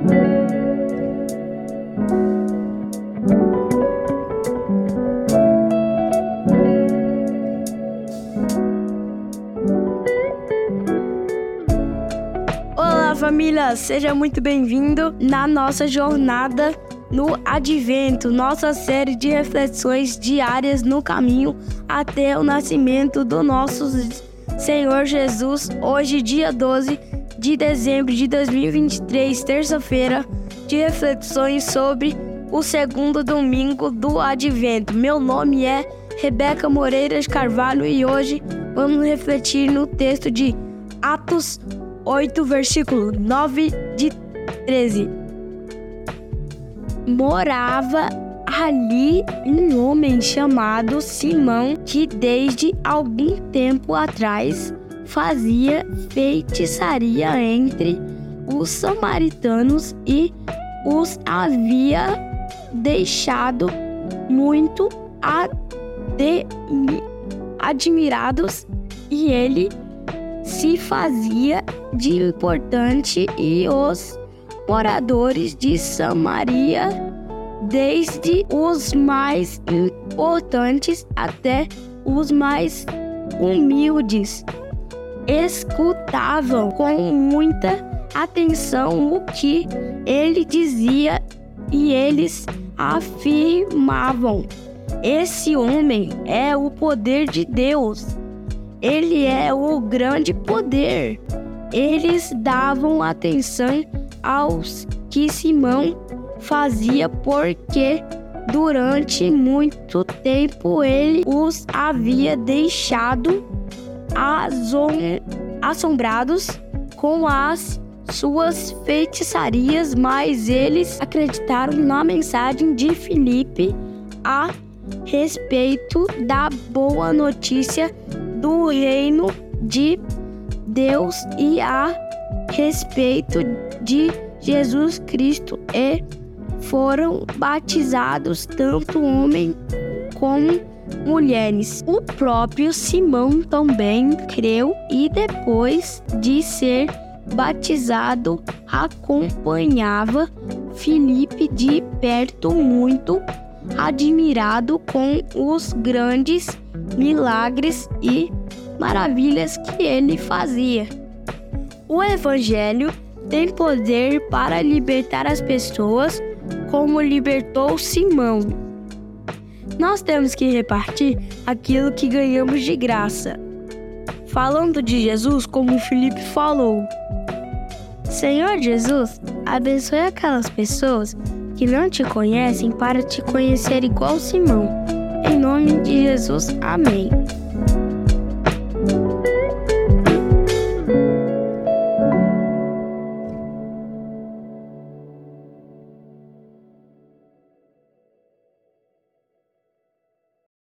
Olá, família! Seja muito bem-vindo na nossa jornada no Advento, nossa série de reflexões diárias no caminho até o nascimento do nosso Senhor Jesus. Hoje, dia 12 de dezembro de 2023, terça-feira, de reflexões sobre o segundo domingo do Advento. Meu nome é Rebeca Moreira de Carvalho e hoje vamos refletir no texto de Atos 8, versículo 9 de 13. Morava ali um homem chamado Simão, que desde algum tempo atrás fazia feitiçaria entre os samaritanos e os havia deixado muito admirados, e ele se fazia de importante, e os moradores de Samaria, desde os mais importantes até os mais humildes, escutavam com muita atenção o que ele dizia, e eles afirmavam: esse homem é o poder de Deus. Ele é o grande poder. Eles davam atenção aos que Simão fazia, porque durante muito tempo ele os havia deixado assombrados com as suas feitiçarias, mas eles acreditaram na mensagem de Filipe a respeito da boa notícia do reino de Deus e a respeito de Jesus Cristo, e foram batizados tanto homens como mulheres. O próprio Simão também creu e, depois de ser batizado, acompanhava Filipe de perto, muito admirado com os grandes milagres e maravilhas que ele fazia. O Evangelho tem poder para libertar as pessoas, como libertou Simão. Nós temos que repartir aquilo que ganhamos de graça. Falando de Jesus, como o Filipe falou: Senhor Jesus, abençoe aquelas pessoas que não te conhecem para te conhecer igual Simão. Em nome de Jesus, amém.